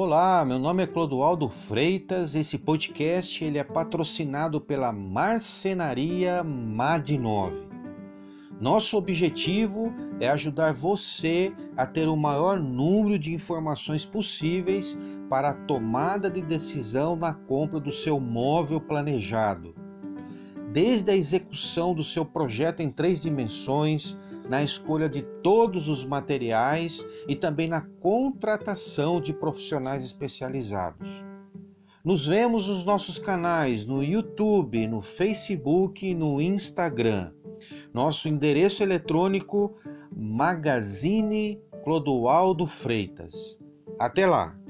Olá, meu nome é Clodoaldo Freitas. Esse podcast ele é patrocinado pela Marcenaria Mad9. Nosso objetivo é ajudar você a ter o maior número de informações possíveis para a tomada de decisão na compra do seu móvel planejado. Desde a execução do seu projeto em 3 dimensões, na escolha de todos os materiais e também na contratação de profissionais especializados. Nos vemos nos nossos canais no YouTube, no Facebook e no Instagram. Nosso endereço eletrônico Magazine Clodoaldo Freitas. Até lá!